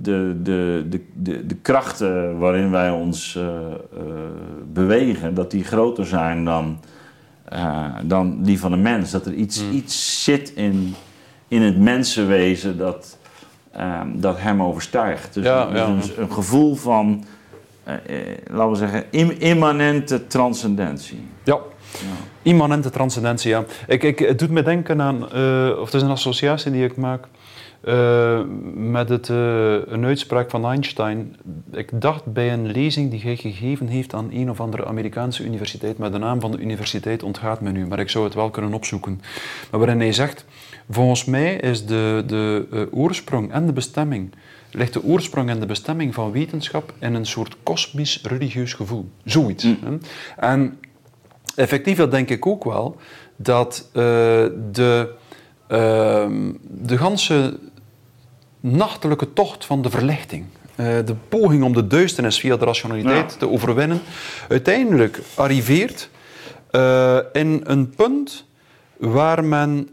de krachten waarin wij ons bewegen, dat die groter zijn dan die van een mens. Dat er iets zit in het mensenwezen dat hem overstijgt. Dus een gevoel van, laten we zeggen, immanente transcendentie. Ja. Immanente transcendentie, ja. Het doet me denken aan, of het is een associatie die ik maak, met een uitspraak van Einstein. Ik dacht bij een lezing die hij gegeven heeft aan een of andere Amerikaanse universiteit, maar de naam van de universiteit ontgaat me nu, maar ik zou het wel kunnen opzoeken. Maar waarin hij zegt, volgens mij is de oorsprong en de bestemming, ligt de oorsprong en de bestemming van wetenschap in een soort kosmisch religieus gevoel. Zoiets. Hè? En effectief, dat denk ik ook wel, dat de ganse nachtelijke tocht van de verlichting, de poging om de duisternis via de rationaliteit te overwinnen, uiteindelijk arriveert in een punt waar men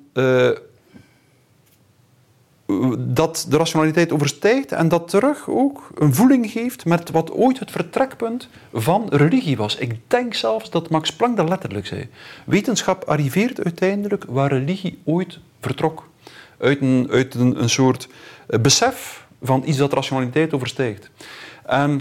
dat de rationaliteit overstijgt en dat terug ook een voeling geeft met wat ooit het vertrekpunt van religie was. Ik denk zelfs dat Max Planck dat letterlijk zei. Wetenschap arriveert uiteindelijk waar religie ooit vertrok. Uit een soort besef van iets dat rationaliteit overstijgt. En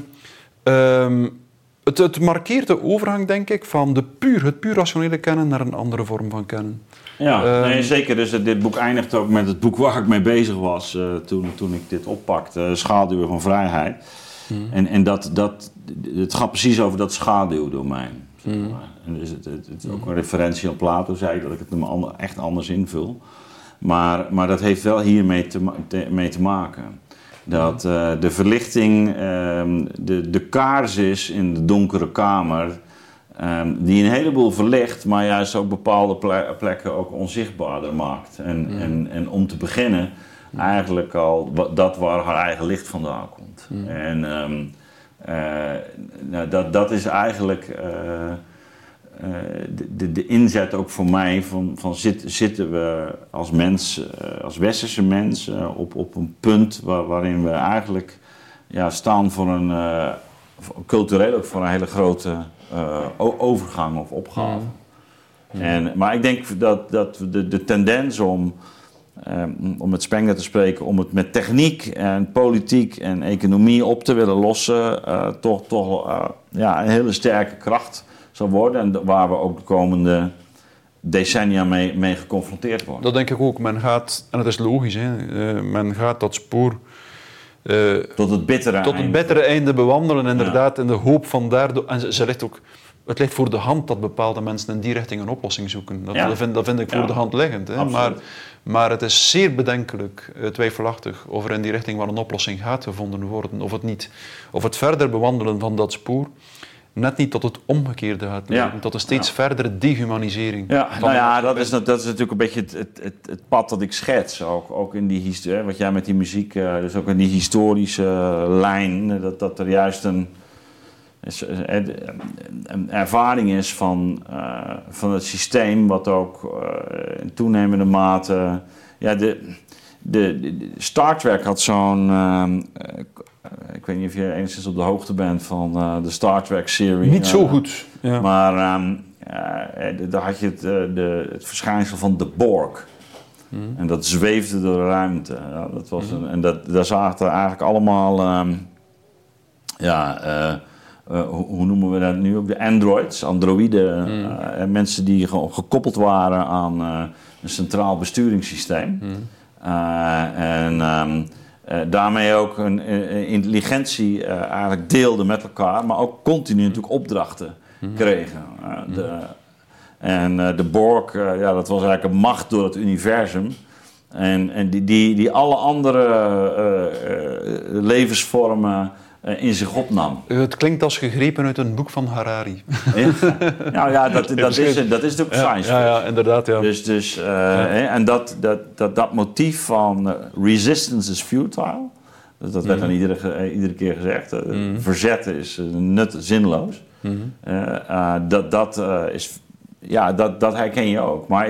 het markeert de overgang, denk ik, van het puur rationele kennen naar een andere vorm van kennen. Ja, nee, zeker. Dus dit boek eindigt ook met het boek waar ik mee bezig was toen ik dit oppakte. Schaduwen van vrijheid. En het gaat precies over dat schaduwdomein. Zeg maar. En dus het is ook een referentie aan Plato, zei ik, dat ik het hem echt anders invul. Maar dat heeft wel hiermee te maken. Dat de verlichting de kaars is in de donkere kamer, die een heleboel verlicht, maar juist ook bepaalde plekken ook onzichtbaarder maakt. En om te beginnen, eigenlijk al dat waar haar eigen licht vandaan komt. En dat is eigenlijk de inzet ook voor mij van zitten we als mens, als westerse mensen op een punt waarin we eigenlijk staan voor een cultureel ook voor een hele grote overgang of opgave. Maar ik denk dat de tendens om met Spengler te spreken, om het met techniek en politiek en economie op te willen lossen, toch een hele sterke kracht zal worden en waar we ook de komende decennia mee geconfronteerd worden. Dat denk ik ook. Men gaat, en het is logisch, men gaat dat spoor tot het bittere einde bewandelen, inderdaad, in de hoop van daardoor. En het ligt voor de hand dat bepaalde mensen in die richting een oplossing zoeken. Dat vind ik voor de hand liggend. Hè. Maar het is zeer bedenkelijk, twijfelachtig, of er in die richting wel een oplossing gaat gevonden worden, of het niet. Of het verder bewandelen van dat spoor net niet tot het omgekeerde gaat leiden, tot een steeds verdere dehumanisering. Dat is natuurlijk een beetje het pad dat ik schets, ook in die historie, wat jij met die muziek, dus ook in die historische lijn, dat er juist een ervaring is van het systeem, wat ook in toenemende mate, de Star Trek had zo'n ik weet niet of je enigszins op de hoogte bent van de Star Trek-serie. Niet zo goed. Ja. Maar daar had je het verschijnsel van de Borg. En dat zweefde door de ruimte. Ja, dat was daar zaten eigenlijk allemaal hoe noemen we dat nu ook? De androïden. Mensen die gewoon gekoppeld waren aan een centraal besturingssysteem. Daarmee ook een intelligentie eigenlijk deelde met elkaar, maar ook continu natuurlijk opdrachten kregen. De Borg, dat was eigenlijk een macht door het universum. En die alle andere levensvormen in zich opnam. Het klinkt als gegrepen uit een boek van Harari. Dat is natuurlijk science. Ja, inderdaad. Ja. Dus en dat motief van resistance is futile. Dat werd dan iedere keer gezegd. Verzetten is zinloos. Dat herken je ook. Maar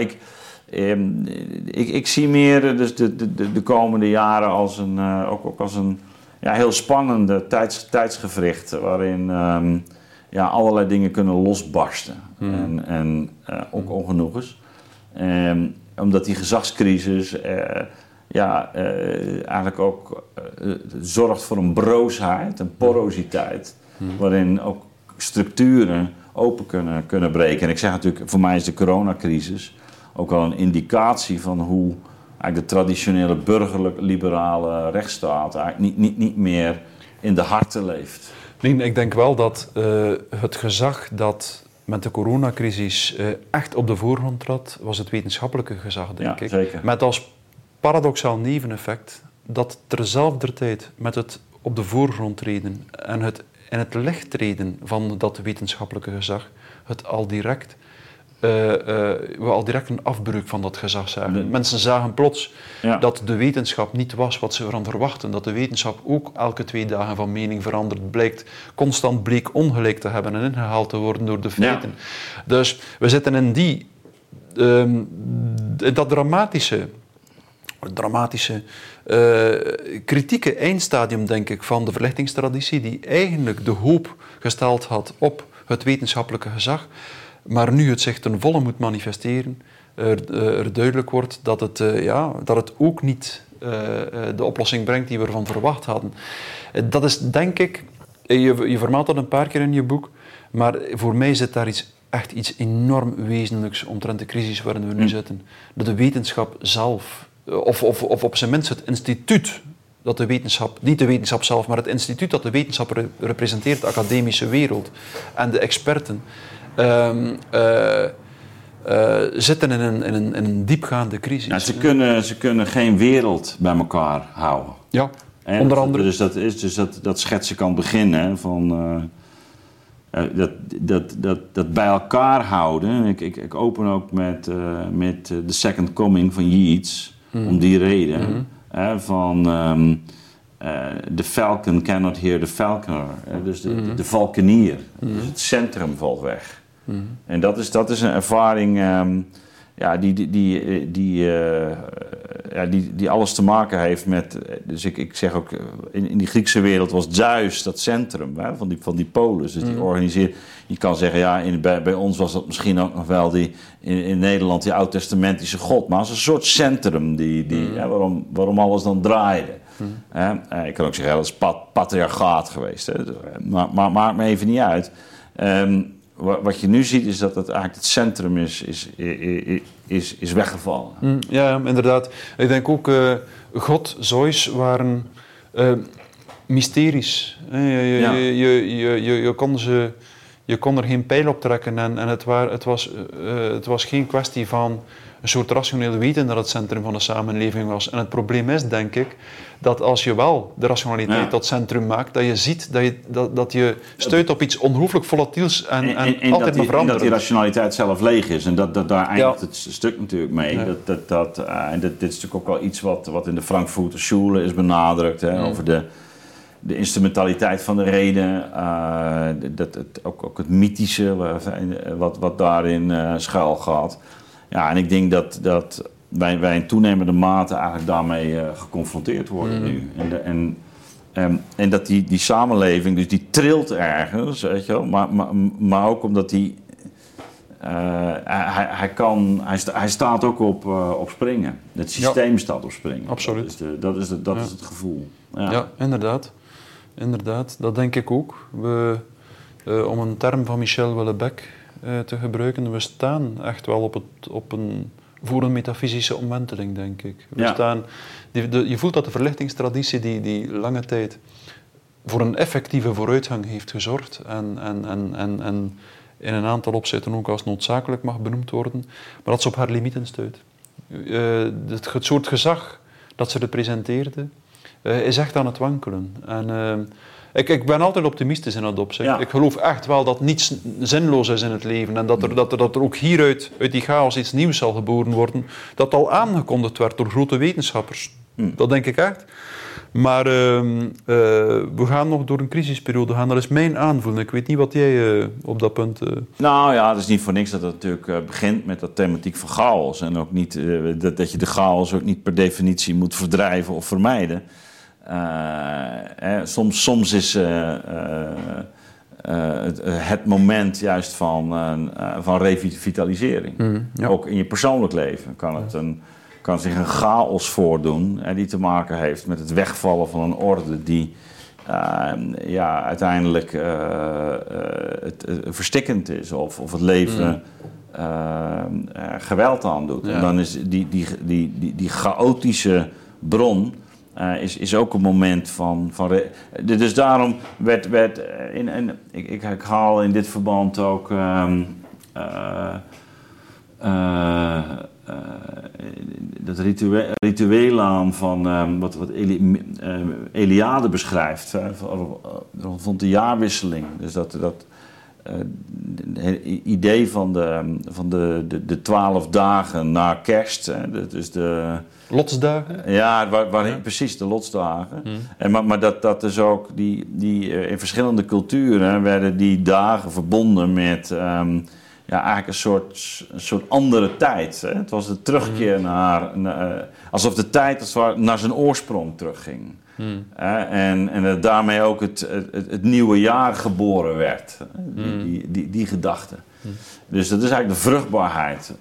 ik zie meer dus de komende jaren als een heel spannende tijdsgewricht waarin allerlei dingen kunnen losbarsten. En ook ongenoegens. Omdat die gezagscrisis eigenlijk ook zorgt voor een broosheid, een porositeit, waarin ook structuren open kunnen breken. En ik zeg natuurlijk, voor mij is de coronacrisis ook al een indicatie van hoe eigenlijk de traditionele burgerlijk-liberale rechtsstaat eigenlijk niet meer in de harten leeft. Nee, ik denk wel dat het gezag dat met de coronacrisis echt op de voorgrond trad, was het wetenschappelijke gezag, denk ik. Zeker. Met als paradoxaal neveneffect dat terzelfdertijd met het op de voorgrond treden en het in het licht treden van dat wetenschappelijke gezag, het al direct we al direct een afbreuk van dat gezag zagen. Mensen zagen plots dat de wetenschap niet was wat ze ervan verwachten. Dat de wetenschap ook elke 2 dagen van mening verandert. Blijkt constant bleek ongelijk te hebben en ingehaald te worden door de feiten. Ja. Dus we zitten in dat dramatische kritieke eindstadium, denk ik, van de verlichtingstraditie, die eigenlijk de hoop gesteld had op het wetenschappelijke gezag, maar nu het zich ten volle moet manifesteren, er duidelijk wordt dat het ook niet de oplossing brengt die we ervan verwacht hadden. Dat is, denk ik, je vermeldt dat een paar keer in je boek, maar voor mij zit daar echt iets enorm wezenlijks omtrent de crisis waarin we nu zitten. Dat de wetenschap zelf, of op zijn minst het instituut dat de wetenschap, niet de wetenschap zelf, maar het instituut dat de wetenschap representeert, de academische wereld en de experten, zitten in een diepgaande crisis. Ja, ze kunnen geen wereld bij elkaar houden. Ja, onder andere. Dus dat schetsen kan beginnen van dat bij elkaar houden. Ik open ook met The Second Coming van Yeats, om die reden. Van the falcon cannot hear the falconer. Dus de valkenier. Dus het centrum valt weg. En dat is een ervaring die alles te maken heeft met. Dus ik zeg ook, in die Griekse wereld was Zeus dat centrum van die polis. Dus die organiseert. Je kan zeggen, bij ons was dat misschien ook nog wel in Nederland die oud-testamentische God, maar als een soort centrum waarom alles dan draaide. Ik kan ook zeggen, dat is patriarchaat geweest. Hè. Maar maakt me even niet uit. Wat je nu ziet is dat het centrum is weggevallen. Ja, inderdaad. Ik denk ook, God, Zeus waren mysteries. Je kon er geen pijl op trekken en het was geen kwestie van een soort rationeel weten dat het centrum van de samenleving was. En het probleem is, denk ik, dat als je wel de rationaliteit tot centrum maakt, dat je ziet dat je stuit op iets ongelooflijk volatiels en altijd maar veranderen. En dat die rationaliteit zelf leeg is. En daar eindigt het stuk natuurlijk mee. Ja. En dit is natuurlijk ook wel iets wat in de Frankfurter Schule is benadrukt, over de instrumentaliteit van de reden, ook het mythische wat daarin schuil gaat. Ja, en ik denk dat wij in toenemende mate eigenlijk daarmee geconfronteerd worden nu. En dat die samenleving, dus die trilt ergens, weet je wel, maar ook omdat hij staat ook op springen. Het systeem staat op springen. Absoluut. Dat is het gevoel. Ja, inderdaad. Dat denk ik ook. Om een term van Michel Houellebecq te gebruiken, we staan echt wel voor een metafysische omwenteling, denk ik. Je voelt dat de verlichtingstraditie die lange tijd voor een effectieve vooruitgang heeft gezorgd en in een aantal opzetten ook als noodzakelijk mag benoemd worden, maar dat ze op haar limieten stuit. Het soort gezag dat ze representeerde is echt aan het wankelen. En ik ben altijd optimistisch in dat opzicht. Ja. Ik geloof echt wel dat niets zinloos is in het leven en dat er ook hieruit, uit die chaos, iets nieuws zal geboren worden, dat al aangekondigd werd door grote wetenschappers. Dat denk ik echt. Maar we gaan nog door een crisisperiode gaan. Dat is mijn aanvoelen. Ik weet niet wat jij op dat punt... Nou ja, het is niet voor niks dat het natuurlijk begint met dat thematiek van chaos. En ook niet dat je de chaos ook niet per definitie moet verdrijven of vermijden. Soms is het moment juist van revitalisering. Ja. Ook in je persoonlijk leven kan zich een chaos voordoen die te maken heeft met het wegvallen van een orde die uiteindelijk verstikkend is of het leven geweld aandoet. Ja. En dan is die chaotische bron is ook een moment van dus daarom werd ik haal in dit verband ook dat ritueel aan van wat Eliade beschrijft rond de jaarwisseling. Dus dat het idee van de 12 dagen na kerst. Hè, dat is de... Lotsdagen? Ja, precies, de lotsdagen. Maar dat is ook, in verschillende culturen werden die dagen verbonden met eigenlijk een soort andere tijd. Hè. Het was de terugkeer alsof de tijd als het ware naar zijn oorsprong terugging. En dat daarmee ook het nieuwe jaar geboren werd. Die gedachte. Dus dat is eigenlijk de vruchtbaarheid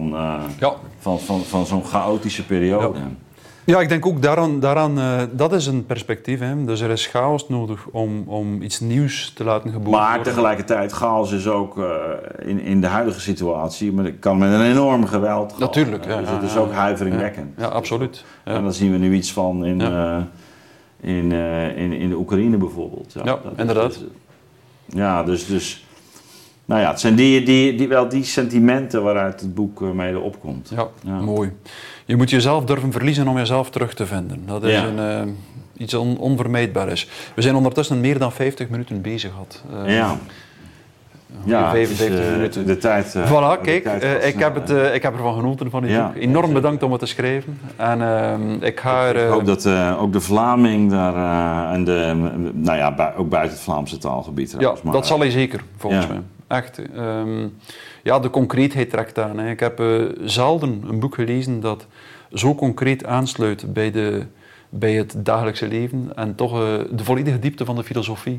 van zo'n chaotische periode. Ja, ik denk ook daaraan dat is een perspectief. Hè. Dus er is chaos nodig om iets nieuws te laten geboren worden. Maar tegelijkertijd, chaos is ook in de huidige situatie, maar het kan met een enorm geweld. Natuurlijk. Dus het is ook huiveringwekkend. Ja, absoluut. Ja. En daar zien we nu iets van in de Oekraïne bijvoorbeeld. Ja, inderdaad. Dus nou ja, het zijn die sentimenten waaruit het boek mede opkomt. Ja, mooi. Je moet jezelf durven verliezen om jezelf terug te vinden. Dat is iets onvermijdbaar is. We zijn ondertussen meer dan 50 minuten bezig gehad. 55 minuten. De tijd. Voilà, kijk, ik heb ervan genoten van dit boek. Enorm bedankt om het te schrijven. En ik ga ik hoop dat ook de Vlaming daar ook buiten het Vlaamse taalgebied. Dat zal hij zeker, volgens mij. Echt. De concreetheid trekt aan. Hè. Ik heb zelden een boek gelezen dat zo concreet aansluit bij het dagelijkse leven en toch de volledige diepte van de filosofie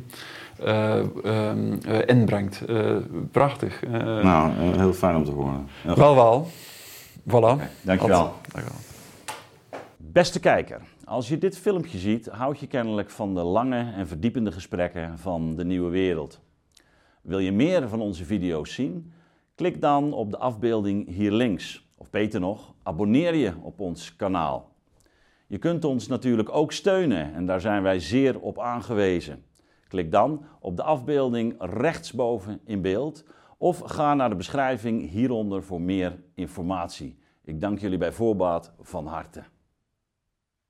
inbrengt. Prachtig. Heel fijn om te horen. Wel. Voilà. Okay, dankjewel. Beste kijker, als je dit filmpje ziet, houd je kennelijk van de lange en verdiepende gesprekken van de Nieuwe Wereld. Wil je meer van onze video's zien? Klik dan op de afbeelding hier links. Of beter nog, abonneer je op ons kanaal. Je kunt ons natuurlijk ook steunen en daar zijn wij zeer op aangewezen. Klik dan op de afbeelding rechtsboven in beeld of ga naar de beschrijving hieronder voor meer informatie. Ik dank jullie bij voorbaat van harte.